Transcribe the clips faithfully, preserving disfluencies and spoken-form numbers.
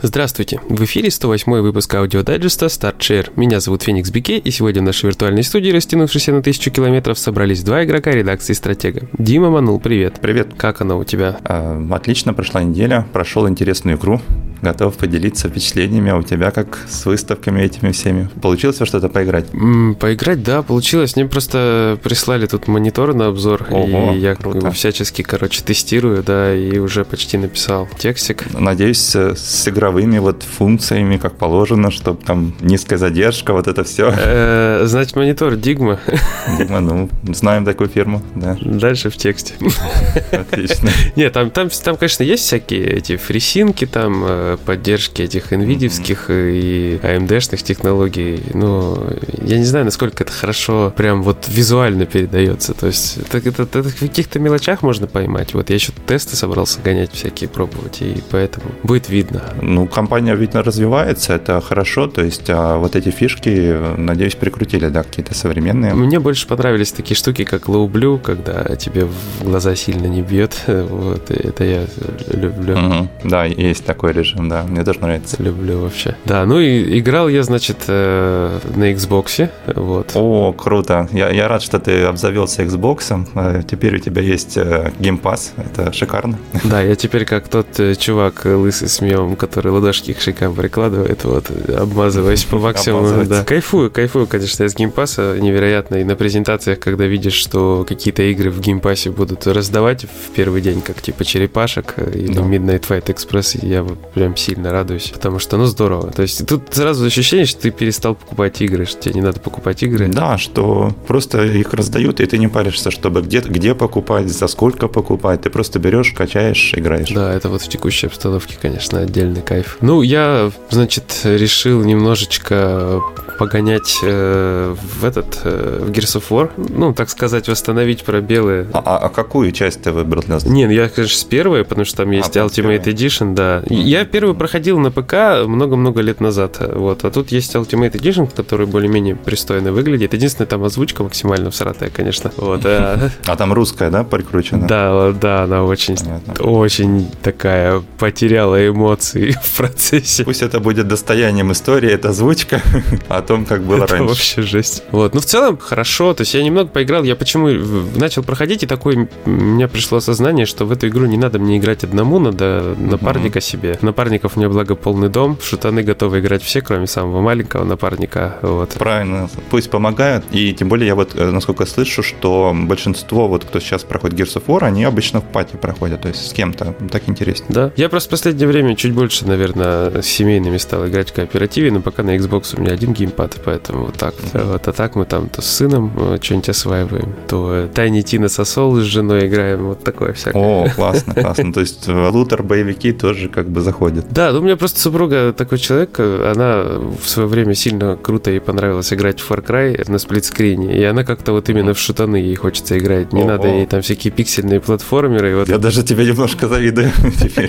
Здравствуйте! В эфире сто восьмой выпуск аудиодайджеста StartShare. Меня зовут Феникс Бикей, и сегодня в нашей виртуальной студии, растянувшейся на тысячу километров, собрались два игрока редакции Стратега. Дима Манул, привет. Привет. Как оно у тебя? А, отлично, прошла неделя, прошел интересную игру. Готов поделиться впечатлениями. А у тебя как с выставками этими всеми? Получилось во что-то поиграть? М, поиграть, да, получилось. Мне просто прислали тут монитор на обзор. Ого, и я круто. его всячески, короче, тестирую, да, и уже почти написал текстик. Надеюсь, с игровыми вот функциями, как положено, чтобы там низкая задержка, вот это все. Э, Значит, монитор Digma. Дима, ну, знаем такую фирму, да. Дальше в тексте. Отлично. Нет, там, там, там, конечно, есть всякие эти фрисинки, там э, поддержки этих NVIDIA-вских и эй эм ди-шных технологий. Но я не знаю, насколько это хорошо прям вот визуально передается. То есть это, это, это в каких-то мелочах можно поймать. Вот я еще тесты собрался гонять всякие, пробовать, и поэтому будет видно. Ну, компания, видно, развивается, это хорошо, то есть а вот эти фишки, надеюсь, прикрутили, да, какие-то современные. Мне больше понравились такие штуки, как Low Blue, когда тебе в глаза сильно не бьет. Вот, это я люблю. Угу. Да, есть такой режим, да, мне тоже нравится. Люблю вообще. Да, ну и играл я, значит, э, на Xbox. Вот. О, круто. Я, я рад, что ты обзавелся Xbox. Теперь у тебя есть Game Pass. Это шикарно. Да, я теперь как тот э, чувак лысый с мемом, который ладошки к щекам прикладывает, вот, обмазываясь по максимуму. Да. Кайфую, кайфую, конечно, из геймпасса невероятно. И на презентациях, когда видишь, что какие-то игры в геймпассе будут раздавать в первый день, как типа Черепашек или да. Midnight Fight Express, я вот прям сильно радуюсь, потому что, ну, здорово. То есть тут сразу ощущение, что ты перестал покупать игры, что тебе не надо покупать игры. Да, что просто их раздают, и ты не паришься, чтобы где, где покупать, за сколько покупать. Ты просто берешь, качаешь, играешь. Да, это вот в текущей обстановке, конечно, отдельный кайф. Ну, я, значит, решил немножечко погонять э, в этот, э, в Gears of War, ну, так сказать, восстановить пробелы. А, а какую часть ты выбрал для нас? Не, ну я, конечно, с первой, потому что там есть а, Ultimate Edition, да. Mm-hmm. Я первый проходил на ПК много-много лет назад, вот, а тут есть Ultimate Edition, который более-менее пристойно выглядит. Единственное, там озвучка максимально всратая, конечно. Вот, а... а там русская, да, прикручена? Да, да, она очень, очень такая потеряла эмоции в процессе. Пусть это будет достоянием истории, это озвучка о том, как было это раньше. Вообще жесть. Вот, ну в целом хорошо, то есть я немного поиграл, я почему начал проходить, и такое у меня пришло осознание, что в эту игру не надо мне играть одному, надо напарника uh-huh. себе. Напарников у меня, благо, полный дом, в шутаны готовы играть все, кроме самого маленького напарника. Вот. Правильно, пусть помогают, и тем более я вот, насколько слышу, что большинство, вот кто сейчас проходит Gears of War, они обычно в пати проходят, то есть с кем-то, так интереснее. Да, я просто в последнее время чуть больше, наверное, с семейными стал играть в кооперативе, но пока на Xbox у меня один геймпад, поэтому вот так. Uh-huh. Вот, а так мы там то с сыном что-нибудь осваиваем, то Тайни Тина Сосол с женой играем, вот такое всякое. О, классно, классно. То есть лутер, боевики тоже как бы заходят. Да, ну у меня просто супруга такой человек, она в свое время сильно круто, ей понравилось играть в Far Cry на сплитскрине, и она как-то вот именно в шутаны ей хочется играть. Не О-о. надо ей там всякие пиксельные платформеры. Вот. Я даже тебе немножко завидую теперь.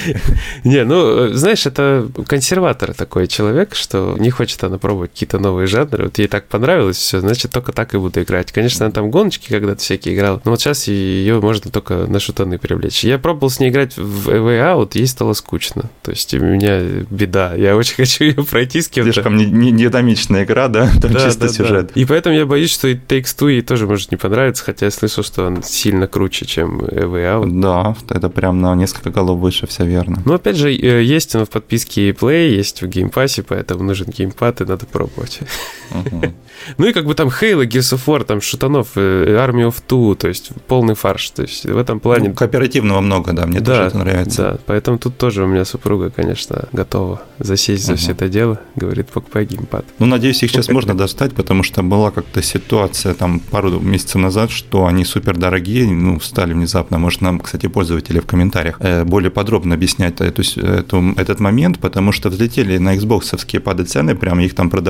Не, ну, знаешь, это консерватор такой человек, что не хочет она пробовать какие-то новые жанры. Вот ей так понравилось все, значит, только так и буду играть. Конечно, она там гоночки когда-то всякие играла, но вот сейчас ее можно только на шутаны привлечь. Я пробовал с ней играть в A Way Out, ей стало скучно. То есть у меня беда. Я очень хочу ее пройти с кем-то. Слишком не, не, динамичная игра, да? Там да, чисто да, сюжет. Да. И поэтому я боюсь, что и Takes-Two ей тоже может не понравиться, хотя я слышал, что он сильно круче, чем A Way Out. Да, это прям на несколько голов выше, все верно. Но опять же, есть он в подписке Play, есть в Game Pass, поэтому нужен геймпад, и надо пробовать. Uh-huh. Ну и как бы там Halo, Gears of War, там шутанов, Army of Two, то есть полный фарш. То есть в этом плане... Ну, кооперативного много, да, мне да, тоже это нравится. Да, поэтому тут тоже у меня супруга, конечно, готова засесть за uh-huh. все это дело. Говорит, покупай геймпад. Ну, надеюсь, их сейчас можно достать, потому что была как-то ситуация там пару месяцев назад, что они супер дорогие, ну, стали внезапно. Может, нам, кстати, пользователи в комментариях более подробно объяснять эту, эту, этот момент, потому что взлетели на Xbox-овские пады цены, прям их там продавали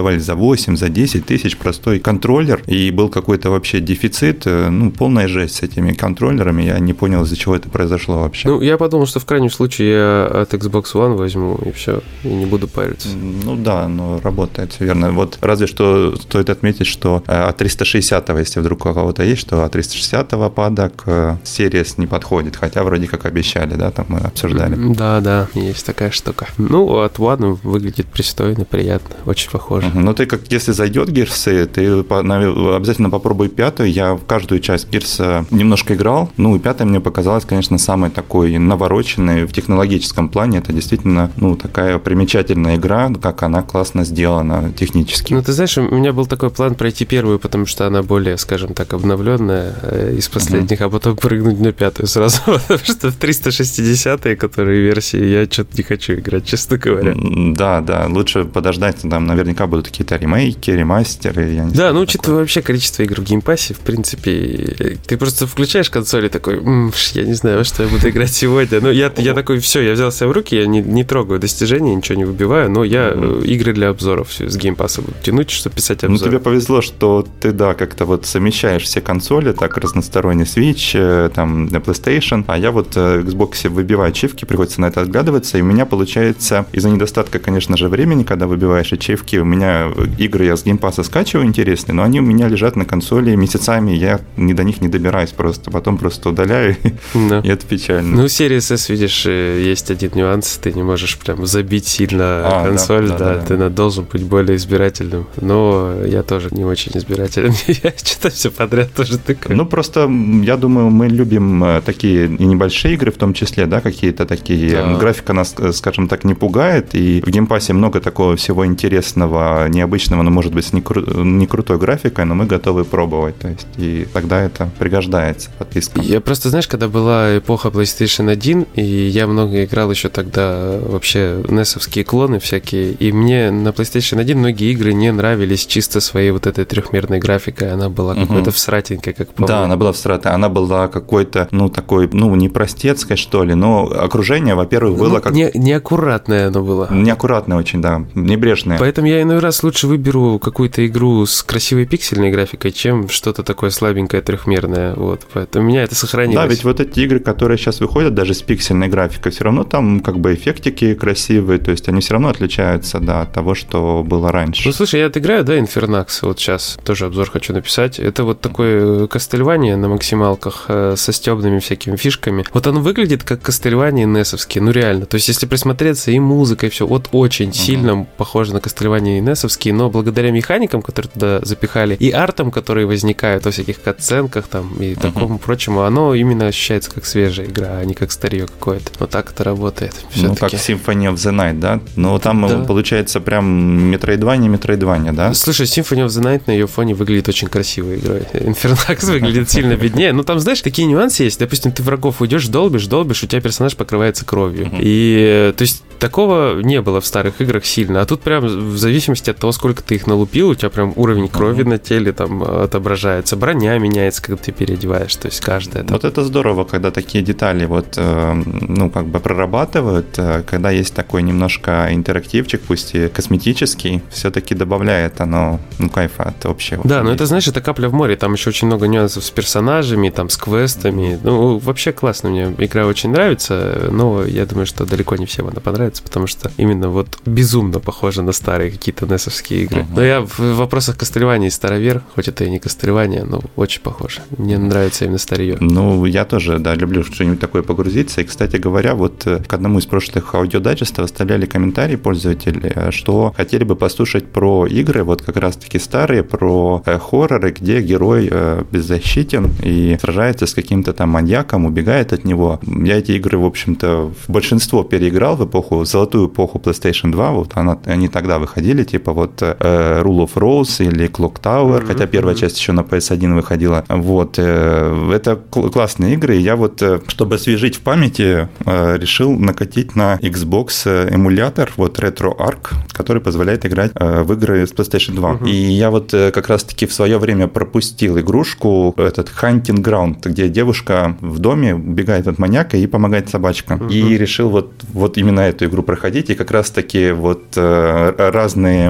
продавали за восемь, за десять тысяч простой контроллер, и был какой-то вообще дефицит, ну, полная жесть с этими контроллерами, я не понял, из-за чего это произошло вообще. Ну, я подумал, что в крайнем случае я от Xbox One возьму, и все, и не буду париться. Ну да, но работает, верно. Вот разве что стоит отметить, что от триста шестидесятого, если вдруг у кого-то есть, что от триста шестидесятого пада к Series не подходит, хотя вроде как обещали, да, там мы обсуждали. Да, да, есть такая штука. Ну, от One выглядит пристойно, приятно, очень похоже. Uh-huh. Ну, ты как, если зайдет Gears, ты по, на, обязательно попробуй пятую. Я в каждую часть Gears немножко играл. Ну, и пятая мне показалась, конечно, самой такой навороченной в технологическом плане. Это действительно, ну, такая примечательная игра, как она классно сделана технически. Ну, ты знаешь, у меня был такой план пройти первую, потому что она более, скажем так, обновленная из последних, uh-huh. а потом прыгнуть на пятую сразу, потому что в триста шестидесятые, которые версии, я что-то не хочу играть, честно говоря. Да, да, лучше подождать, там наверняка будут какие-то ремейки, ремастеры. Я не да, знаю, ну, учитывая вообще количество игр в геймпассе, в принципе, ты просто включаешь консоль и такой, м-м, я не знаю, во что я буду играть сегодня. Ну, я, я такой, все, я взял себя в руки, я не, не трогаю достижения, ничего не выбиваю, но я mm-hmm. игры для обзоров все с геймпасса буду тянуть, чтобы писать обзор. Ну, тебе повезло, что ты, да, как-то вот совмещаешь все консоли, так разносторонний Switch, там, PlayStation, а я вот в Xbox выбиваю ачивки, приходится на это отглядываться, и у меня получается, из-за недостатка, конечно же, времени, когда выбиваешь ачивки, у меня игры я с геймпасса скачиваю интересные, но они у меня лежат на консоли месяцами, я ни до них не добираюсь просто, потом просто удаляю, да. И это печально. Ну, в Series S, видишь, есть один нюанс, ты не можешь прям забить сильно а, консоль, да, да, да, да, ты да. должен быть более избирательным, но я тоже не очень избирателен, я что-то все подряд тоже тыкаю. Ну, просто, я думаю, мы любим такие и небольшие игры в том числе, да, какие-то такие, да. Графика нас, скажем так, не пугает, и в геймпассе много такого всего интересного, необычного, но, может быть, с не, кру- не крутой графикой, но мы готовы пробовать, то есть, и тогда это пригождается подписка. Я просто, знаешь, когда была эпоха PlayStation один, и я много играл еще тогда вообще несовские клоны всякие, и мне на PlayStation один многие игры не нравились чисто своей вот этой трехмерной графикой, она была uh-huh. какой-то всратенькой, как помню. Да, она была всратая, она была какой-то, ну, такой, ну, не простецкой, что ли, но окружение, во-первых, было ну, как... Не, неаккуратное оно было. Неаккуратное очень, да, небрежное. Поэтому я иной раз лучше выберу какую-то игру с красивой пиксельной графикой, чем что-то такое слабенькое, трехмерное, вот, поэтому у меня это сохранилось. Да, ведь вот эти игры, которые сейчас выходят, даже с пиксельной графикой, все равно там как бы эффектики красивые, то есть они все равно отличаются, да, от того, что было раньше. Ну, слушай, я отыграю, да, Infernax, вот сейчас тоже обзор хочу написать, это вот такое Castlevania на максималках со стёбными всякими фишками, вот оно выглядит как Castlevania несовские, ну реально, то есть если присмотреться и музыка, и все, вот очень uh-huh. сильно похоже на Castlevania несовские, но благодаря механикам, которые туда запихали, и артам, которые возникают во всяких катсценках там и uh-huh. такому прочему, оно именно ощущается как свежая игра, а не как старье какое-то. Вот так это работает. Ну, как Symphony of the Night, да? Но там да. получается прям Metroidvania, Metroidvania, да? Слушай, Symphony of the Night на ее фоне выглядит очень красивой игрой. Infernax выглядит сильно беднее. Ну, там, знаешь, такие нюансы есть. Допустим, ты врагов уйдешь, долбишь, долбишь, у тебя персонаж покрывается кровью. Uh-huh. И, то есть, такого не было в старых играх сильно. А тут прям в зависимости от того, сколько ты их налупил, у тебя прям уровень крови uh-huh. на теле там отображается. Броня меняется, когда ты переодеваешь. То есть, каждая. Вот это здорово, когда такие детали вот, ну, как бы прорабатывают, когда есть такой немножко интерактивчик, пусть и косметический, все-таки добавляет оно, ну, кайфа от общего. Да, но это, знаешь, это капля в море, там еще очень много нюансов с персонажами, там, с квестами. Ну, вообще классно, мне игра очень нравится, но я думаю, что далеко не всем она понравится, потому что именно вот безумно похоже на старые какие-то несовские игры. Uh-huh. Но я в вопросах Castlevania и старовер, хоть это и не Castlevania, но очень похоже. Мне нравится именно старье. Ну, я тоже, да, люблю что-нибудь такое погрузиться. И, кстати говоря, вот к одному из прошлых аудиодайджестов оставляли комментарии пользователи, что хотели бы послушать про игры, вот как раз-таки старые, про э, хорроры, где герой э, беззащитен и сражается с каким-то там маньяком, убегает от него. Я эти игры, в общем-то, в большинство переиграл в эпоху, в золотую эпоху PlayStation два, вот она, они тогда выходили, типа вот э, Rule of Rose или Clock Tower, mm-hmm. хотя первая часть еще на пи эс один выходила. Вот, э, это кл- классные игры, и я вот, э, чтобы освежить в памяти, э, решил накатить на Xbox эмулятор, вот RetroArch, который позволяет играть э, в игры с PlayStation два. Uh-huh. И я вот э, как раз-таки в свое время пропустил игрушку, этот Hunting Ground, где девушка в доме убегает от маньяка и помогает собачкам. Uh-huh. И решил вот, вот именно эту игру проходить, и как раз-таки вот э, разные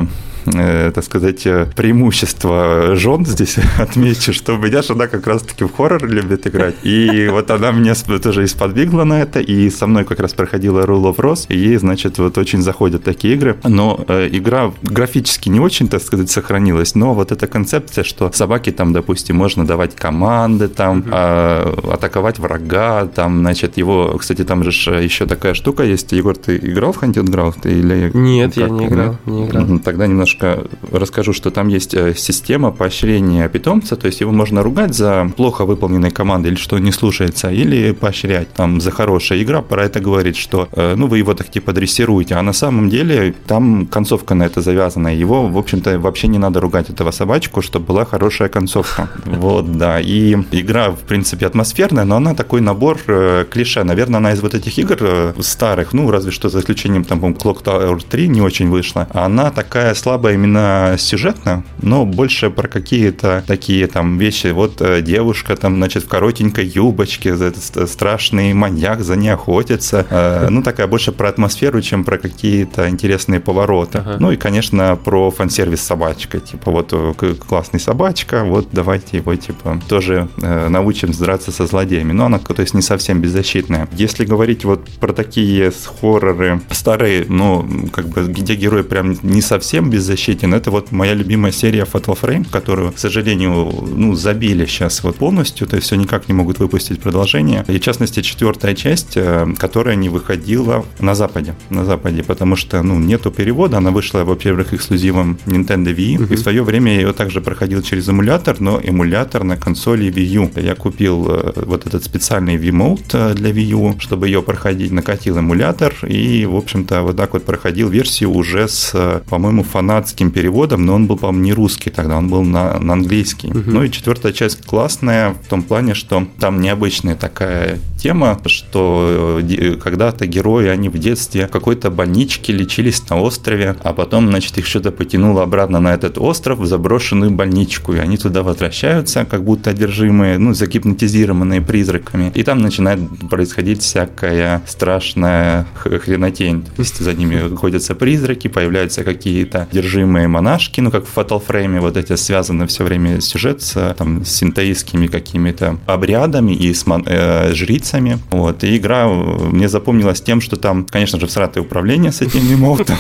э, так сказать, преимущество жен здесь отмечу, что у меня жена как раз-таки в хоррор любит играть. И вот она меня тоже и сподвигла на это, и со мной как раз проходила Rule of Rose, и ей, значит, вот очень заходят такие игры. Но э, игра графически не очень, так сказать, сохранилась, но вот эта концепция, что собаке там, допустим, можно давать команды, там, mm-hmm. а, атаковать врага, там, значит, его, кстати, там же еще такая штука есть. Егор, ты играл в Hunting Ground? Или Нет, как? я не играл, не играл. Тогда немножко расскажу, что там есть система поощрения питомца, то есть его можно ругать за плохо выполненные команды или что он не слушается, или поощрять там за хорошая игра. Про это говорит, что ну вы его так типа дрессируете, а на самом деле там концовка на это завязана. Его, в общем-то, вообще не надо ругать этого собачку, чтобы была хорошая концовка. Вот, да. И игра, в принципе, атмосферная, но она такой набор клише. Наверное, она из вот этих игр старых, ну, разве что за исключением, там, по-моему, Clock Tower три не очень вышла. Она такая слабая именно сюжетно, но больше про какие-то такие там вещи. Вот девушка там, значит, в коротенькой юбочке, этот страшный маньяк, за ней охотится. Ну, такая больше про атмосферу, чем про какие-то интересные повороты. Ага. Ну, и, конечно, про фан-сервис с собачкой. Типа, вот классный собачка, вот давайте его, типа, тоже э, научим драться со злодеями. Но она, то есть, не совсем беззащитная. Если говорить вот про такие хорроры старые, ну, как бы, где герой прям не совсем беззащитен, это вот моя любимая серия Fatal Frame, которую, к сожалению, ну, забили сейчас вот полностью, то есть все никак не могут выпустить продолжение. И, в частности, четвертая часть, которая не выходила на Западе. На Западе, потому что, ну, нету перевода, она вышла, во-первых, эксклюзивом Nintendo Wii, uh-huh. и в свое время я ее также проходил через эмулятор, но эмулятор на консоли Wii U. Я купил вот этот специальный Wiimote для Wii U, чтобы ее проходить, накатил эмулятор и, в общем-то, вот так вот проходил версию уже с, по-моему, фанатским переводом, но он был, по-моему, не русский тогда, он был на, на английский. Uh-huh. Ну и четвертая часть классная в том плане, что там необычная такая тема, что когда-то герои, они в детстве в какой-то больничке лечились на острове, а потом, значит, их что-то потянуло обратно на этот остров, в заброшенную больничку, и они туда возвращаются, как будто одержимые, ну, загипнотизированные призраками, и там начинает происходить всякая страшная хренотень, то есть за ними ходятся призраки, появляются какие-то одержимые монашки, ну, как в Fatal Frame, вот эти связаны все время сюжет с, там, с синтоистскими какими-то обрядами и с мон- э, жрицами, вот, и игра мне запомнилась тем, что там, конечно же, всратое управление с этим вимоутом,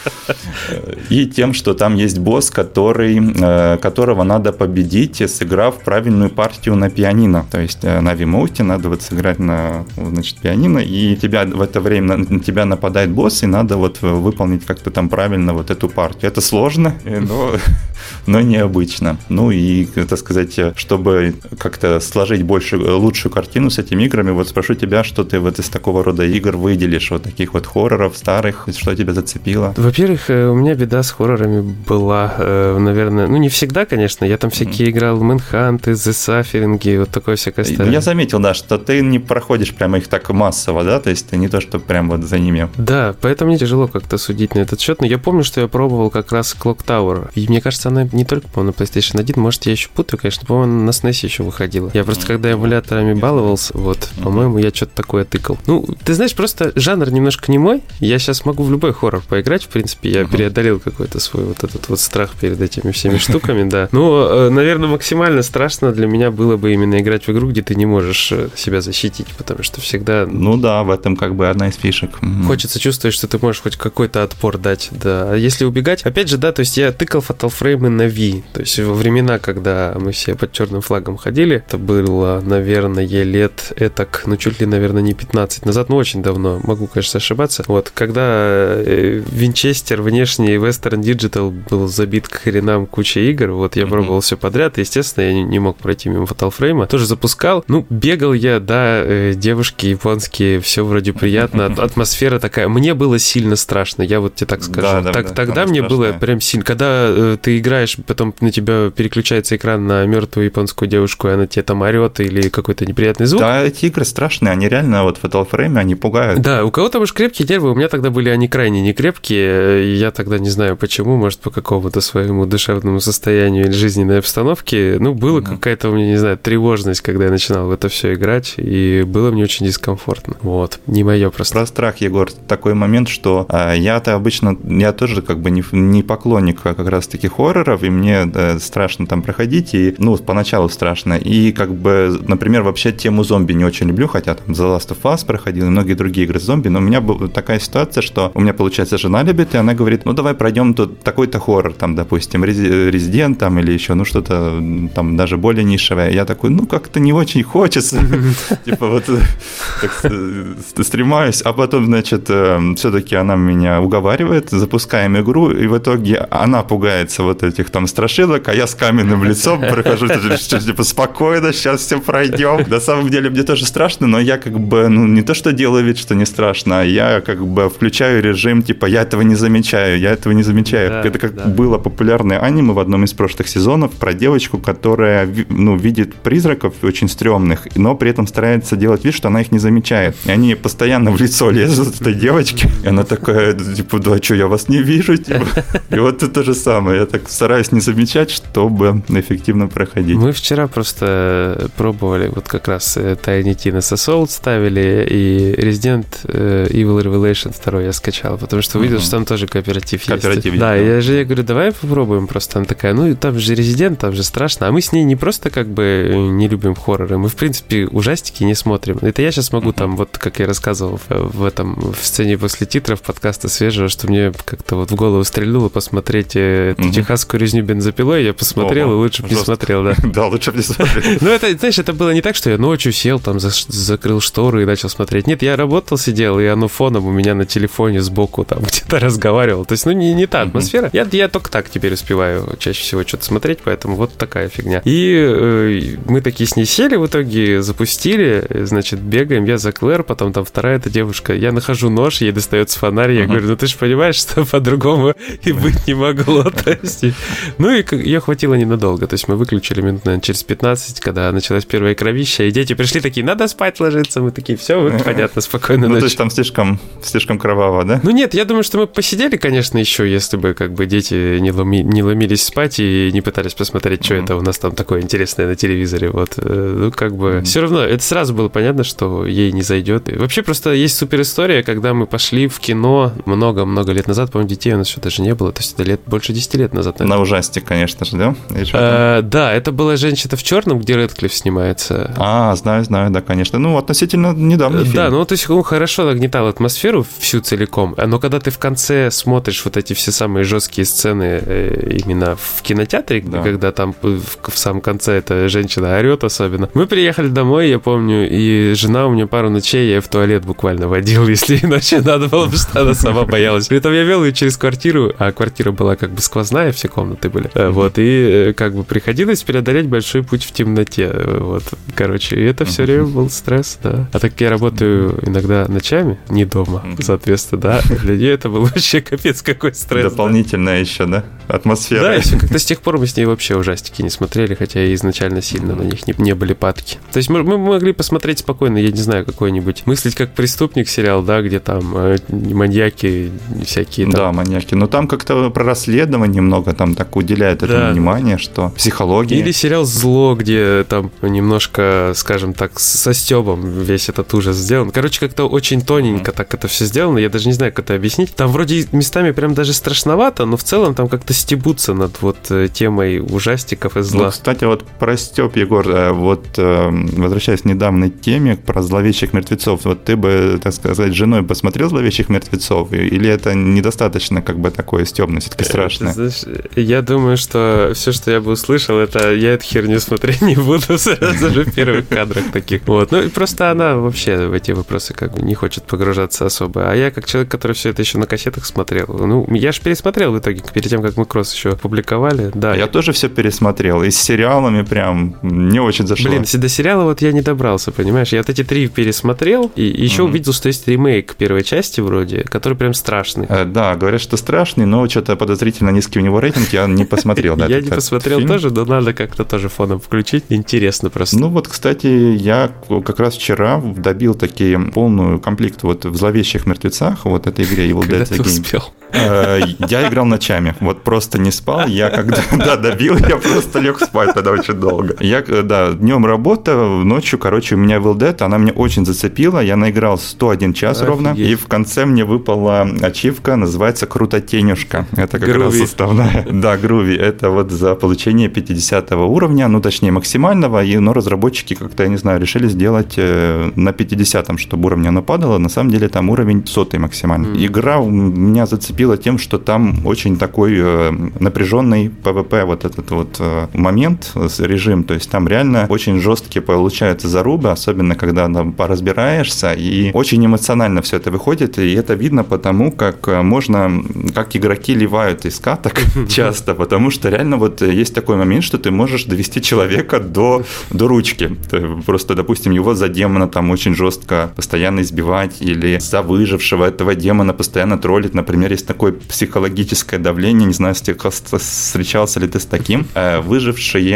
и тем, что там есть босс, который, которого надо победить, сыграв правильную партию на пианино. То есть на вимоуте надо вот сыграть на, значит, пианино, и тебя в это время на тебя нападает босс, и надо вот выполнить как-то там правильно вот эту партию. Это сложно, но, но необычно. Ну и, так сказать, чтобы как-то сложить больше, лучшую картину с этими играми, вот спрошу тебя, что ты вот из такого рода игр выделишь, вот таких вот хорроров старых, что тебя зацепило? Во-первых, у меня беда с хоррорами была, наверное, ну не всегда, конечно, я там всякие mm-hmm. играл, Manhunt, The Suffering, вот такое всякое старое. Я заметил, да, что ты не проходишь прямо их так массово, да, то есть ты не то, что прям вот за ними. Да, поэтому мне тяжело как-то судить на этот счет, но я помню, что я пробовал как раз Clock Tower, и мне кажется, она не только, по-моему, на PlayStation один, может, я еще путаю, конечно, по-моему, на эс эн и эс еще выходила. Я просто, когда эмуляторами баловался, вот, mm-hmm. по-моему, я что-то такое тыкал. Ну, ты знаешь, просто жанр немножко не мой, я сейчас могу в любой хоррор поиграть, в принципе, я uh-huh. преодолел какой-то свой вот этот вот страх перед этими всеми штуками, да. Но, наверное, максимально страшно для меня было бы именно играть в игру, где ты не можешь себя защитить, потому что всегда... Ну да, в этом как бы одна из фишек. Хочется чувствовать, что ты можешь хоть какой-то отпор дать, да. А если убегать... Опять же, да, то есть я тыкал Fatal Frame на Wii, то есть во времена, когда мы все под черным флагом ходили, это было, наверное, лет этак, ну чуть ли, наверное, не пятнадцать назад, ну очень давно, могу, конечно, ошибаться. Вот, когда Винчестер внешний Western Digital был забит к хренам кучей игр, вот я пробовал mm-hmm. все подряд, и, естественно, я не, не мог пройти мимо Fatal Frame, тоже запускал, ну, бегал я, да, девушки японские, все вроде приятно, атмосфера такая, мне было сильно страшно, я вот тебе так скажу. Да, да, так, да, тогда мне страшная. Было прям сильно, когда э, ты играешь, потом на тебя переключается экран на мертвую японскую девушку, и она тебе там орет или какой-то неприятный звук. Да, эти игры игры страшные, они реально вот в Fatal Frame, они пугают. Да, у кого-то, может, крепкие нервы, у меня тогда были они крайне не крепкие, и я тогда не знаю почему, может, по какому-то своему душевному состоянию или жизненной обстановке, ну, была mm-hmm. какая-то у меня, не знаю, тревожность, когда я начинал в это все играть, и было мне очень дискомфортно. Вот, не мое просто. Про страх, Егор, такой момент, что а, я-то обычно, я тоже как бы не, не поклонник как раз-таки хорроров, и мне да, страшно там проходить, и, ну, поначалу страшно, и как бы, например, вообще тему зомби не очень люблю, хотя там The Last of Us проходил, и многие другие игры с зомби, но у меня была такая ситуация, что у меня, получается, жена любит, и она говорит, ну, давай пройдем тут такой-то хоррор, там, допустим, Резидент, там, или еще, ну, что-то там даже более нишевое. Я такой, ну, как-то не очень хочется, типа вот стремаюсь, а потом, значит, все-таки она меня уговаривает, запускаем игру, и в итоге она пугается вот этих там страшилок, а я с каменным лицом прохожу, типа, спокойно, сейчас все пройдем. На самом деле мне тоже страшно, но я как бы, ну, не то, что делаю вид, что не страшно, а я как бы включаю режим, типа, я этого не замечаю, я этого не замечаю. Да, это как да. было популярное аниме в одном из прошлых сезонов про девочку, которая, ну, видит призраков очень стрёмных, но при этом старается делать вид, что она их не замечает. И они постоянно в лицо лезут этой девочке, и она такая, типа, да, что, я вас не вижу, типа. И вот это то же самое. Я так стараюсь не замечать, чтобы эффективно проходить. Мы вчера просто пробовали, вот как раз Tiny Tina's Assault ставили, и Resident Evil Revelation два я скачал, потому что увидел, uh-huh. что там тоже кооператив, кооператив есть. Да, я же я говорю, давай попробуем просто. Она такая, ну, там же Resident, там же страшно. А мы с ней не просто как бы не любим хорроры, мы, в принципе, ужастики не смотрим. Это я сейчас могу uh-huh. там, вот как я рассказывал в этом, в сцене после титров подкаста свежего, что мне как-то вот в голову стрельнуло посмотреть эту uh-huh. техасскую резню бензопилой, я посмотрел, О, и лучше бы не смотрел, да. Да, лучше бы не смотрел. Ну, это, знаешь, это было не так, что я ночью сел, там, закрыл шторы и начал смотреть. Нет, я работал, сидел, и оно фоном у меня на телефоне сбоку там где-то разговаривал. То есть, ну, не, не та атмосфера. Я, я только так теперь успеваю чаще всего что-то смотреть, поэтому вот такая фигня. И э, мы такие с ней сели, в итоге запустили, значит, бегаем, я за Клэр, потом там вторая эта девушка, я нахожу нож, ей достается фонарь, я uh-huh. говорю, ну ты же понимаешь, что по-другому и быть не могло. То есть, ну и ее хватило ненадолго, то есть мы выключили минут, наверное, через пятнадцать, когда началась первая кровища, и дети пришли такие, надо спать ложиться, мы такие, все, понятно, спокойно. Ну, то есть там слишком, слишком кроваво, да? Ну нет, я думаю, что мы посидели, конечно, еще, если бы как бы дети не, ломи, не ломились спать и не пытались посмотреть, что mm-hmm. это у нас там такое интересное на телевизоре, вот, ну как бы, mm-hmm. все равно, это сразу было понятно, что ей не зайдет. И вообще просто есть супер история, когда мы пошли в кино много-много лет назад, по-моему, детей у нас еще даже не было, то есть это лет, больше десяти лет назад, наверное. На ужастик, конечно же, да? А, да, это была «Женщина в черном», где Рэдклифф снимается. А, знаю, знаю, да, конечно. Ну, относительно недавний фильм. Да, ну, то есть он хорошо нагнетал атмосферу всю целиком, но когда ты в конце смотришь вот эти все самые жесткие сцены именно в кинотеатре, да. когда там в, в самом конце эта женщина орет особенно. Мы приехали домой, я помню, и жена у меня пару ночей, я в туалет буквально водил, если иначе надо было, потому что она сама боялась. При этом я вел ее через квартиру, а квартира была как бы сквозная, все комнаты были. Вот, и как бы приходилось преодолеть большой путь в темноте. Вот, короче, и это все время был стресс, да. А так как я работаю иногда ночами, не дома, соответственно, да, для нее это был вообще капец какой стресс. Дополнительная да. еще, да, атмосфера. Да, и все как-то с тех пор мы с ней вообще ужастики не смотрели, хотя и изначально сильно на них не, не были падки. То есть мы, мы могли посмотреть спокойно, я не знаю, какой-нибудь «Мыслить как преступник» сериал, да, где там э, маньяки всякие. Там. Да, маньяки. Но там как-то про расследование немного там так уделяют этому да. внимание, что психология. Или сериал «Зло», где там немножко, скажем так, со стёбом весь этот ужас сделан. Короче, как-то очень тоненько mm-hmm. так это все сделано, я даже не знаю, как это объяснить. Там вроде местами прям даже страшновато, но в целом там как-то стебутся над вот темой ужастиков и зла. Ну, кстати, вот про стёб, Егор, вот возвращаясь к недавней теме про зловещих мертвецов, вот ты бы, так сказать, с женой посмотрел «Зловещих мертвецов», или это недостаточно как бы такое стёбное, все-таки страшное? Ты знаешь, я думаю, что все, что я бы услышал, это я эту херню смотреть не буду сразу же в первых кадрах таких. Вот. Ну, и просто она вообще в эти вопросы как бы не хочет погружаться особо. А я, как человек, который все это еще на кассетах смотрел, ну, я же пересмотрел в итоге, перед тем, как мы кросс еще публиковали. Да, я, я тоже все пересмотрел. И с сериалами прям не очень зашло. Блин, до сериала вот я не добрался, понимаешь? Я вот эти три пересмотрел, и еще mm-hmm. увидел, что есть ремейк первой части вроде, который прям страшный. Э, да, говорят, что страшный, но что-то подозрительно низкий у него рейтинг, я не посмотрел. Я не посмотрел тоже, но надо как-то тоже фоном включить. Интересно просто. Ну вот, кстати, я как раз вчера добил таки полную комплект вот в «Зловещих мертвецах», вот этой игре Evil Dead The Game. Успел? Я играл ночами, вот просто не спал, я когда да, добил, я просто лег спать тогда очень долго. Я, да, днем работа, ночью, короче, у меня Evil Dead, она меня очень зацепила, я наиграл сто один час Офигеть. ровно, и в конце мне выпала ачивка, называется «Крутотенюшка». Это как Груви. раз составная. Да, Груви, это вот за получение пятидесятого уровня, ну, точнее, максимального, и, но разработчики как-то, я не знаю, решили сделать на пятидесятом, чтобы уровень оно падало, на самом деле там уровень сотый максимальный. Mm. Игра меня зацепила тем, что там очень такой э, напряженный пэ вэ пэ, вот этот вот э, момент, режим, то есть там реально очень жесткие получаются зарубы, особенно когда там поразбираешься, и очень эмоционально все это выходит, и это видно потому, как можно, как игроки ливают из каток часто, потому что реально вот есть такой момент, что ты можешь довести человека до, до ручки, просто, допустим, его за демона там очень жестко постоянно избивать, или за выжившего этого демона постоянно троллить, например, есть такое психологическое давление, не знаю, встречался ли ты с таким, выжившие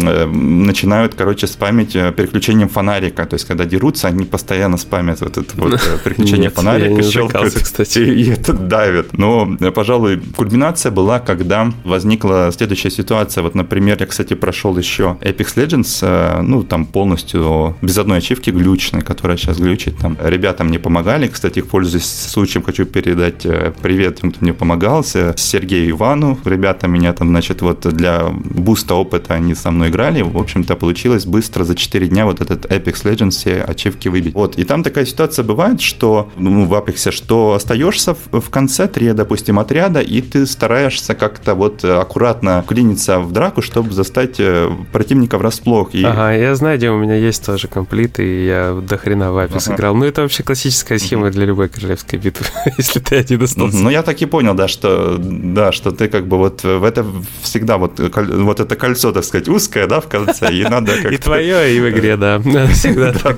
начинают, короче, спамить переключением фонарика, то есть, когда дерутся, они постоянно спамят вот это вот переключение Нет, фонарика, щелкают, кстати. И это давит. Но, пожалуй, кульминация была, когда возникла следующая ситуация, вот, например, я, кстати, прошел еще Apex Legends, ну, там полностью без одной ачивки глючной, которая сейчас глючит, там, ребята мне помогали, кстати, пользуясь случаем, хочу передать привет тем, кто мне помогал, Сергею Ивану, ребята меня там, значит, вот для буста опыта они со мной играли, в общем-то, получилось быстро за четыре дня вот этот Apex Legends все ачивки выбить. Вот, и там такая ситуация бывает, что, ну, в Apex, что остаешься в, в конце три, допустим, отряда, и ты стараешься как-то вот аккуратно клиниться в драку, чтобы застать противника врасплох. И... Ага, я знаю, где у меня есть тоже комплит, и я до хрена в Apex ага. играл. Ну, это вообще классическая схема uh-huh. для любой королевской битвы, если ты один остался. Ну, я так и понял, да, что, да, что ты как бы вот в это всегда вот, вот это кольцо, так сказать, узкое, да, в конце, и надо как-то... И твое, и в игре, да, всегда так.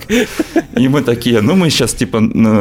И мы такие, ну, мы сейчас, типа,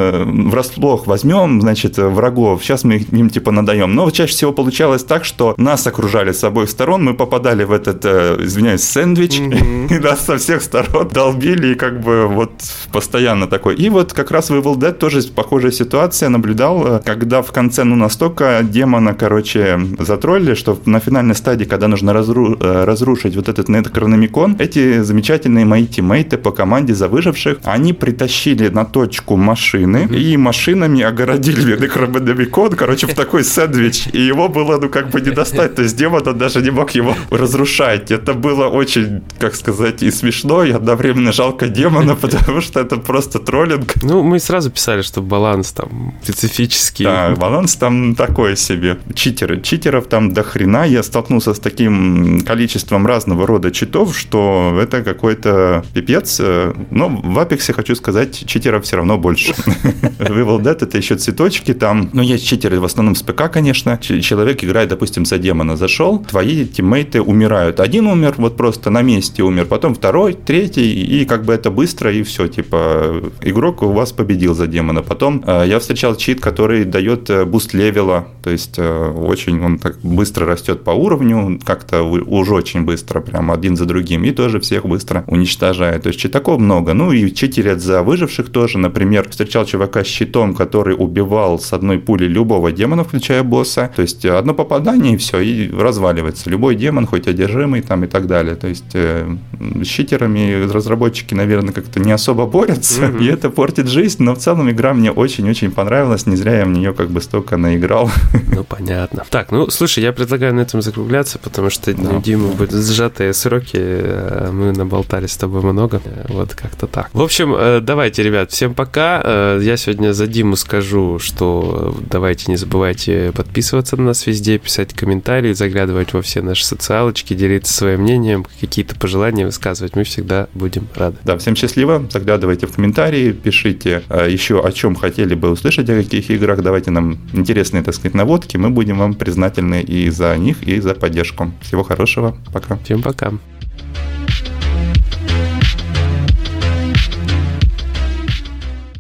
врасплох возьмем, значит, врагов, сейчас мы им, типа, надаем. Но чаще всего получалось так, что нас окружали с обоих сторон, мы попадали в этот, извиняюсь, сэндвич, и нас со всех сторон долбили, и как бы вот постоянно такой. И вот как раз в Evil Dead тоже похожая ситуация наблюдал, когда в конце, ну, настолько демона, короче, затроллили, что на финальной стадии, когда нужно разру- разрушить вот этот некрономикон, эти замечательные мои тиммейты по команде за выживших, они притащили на точку машины, mm-hmm. и машинами огородили некрономикон, короче, в такой сэндвич, и его было, ну, как бы не достать, то есть демон даже не мог его разрушать. Это было очень, как сказать, и смешно, и одновременно жалко демона, потому что это просто троллинг. Ну, мы сразу писали, что баланс там специфический. Да, баланс там такой себе. Читеры. Читеров там до хрена. Я столкнулся с таким количеством разного рода читов, что это какой-то пипец. Но в Apex, хочу сказать, читеров все равно больше. В Evil Dead это еще цветочки там. Но есть читеры в основном с ПК, конечно. Человек играет, допустим, за демона зашел, твои тиммейты умирают. Один умер, вот просто на месте умер, потом второй, третий, и как бы это быстро, и все, типа, игрок у вас победил за демона. Потом э, я встречал чит, который дает э, буст левела, то есть э, очень он так быстро растет по уровню, как-то уже очень быстро, прям один за другим, и тоже всех быстро уничтожает. То есть читаков много. Ну и читерят за выживших тоже. Например, встречал чувака с щитом, который убивал с одной пули любого демона, включая босса. То есть одно попадание, и все, и разваливается. Любой демон, хоть одержимый там и так далее. То есть э, с читерами разработчики, наверное, как-то не особо борются, mm-hmm. и это портит жизнь, но в целом игра мне очень-очень понравилась, не зря я в нее как бы столько наиграл. Ну, понятно. Так, ну, слушай, я предлагаю на этом закругляться, потому что да. у Димы будут сжатые сроки, а мы наболтали с тобой много, вот как-то так. В общем, давайте, ребят, всем пока. Я сегодня за Диму скажу, что давайте не забывайте подписываться на нас везде, писать комментарии, заглядывать во все наши социалочки, делиться своим мнением, какие-то пожелания высказывать, мы всегда будем рады. Да, всем счастливо, заглядывайте в комментарии, пишите еще о чем хотели бы услышать, о каких играх, давайте нам интересные, так сказать, наводки, мы будем вам признательны и за них, и за поддержку. Всего хорошего, пока. Всем пока.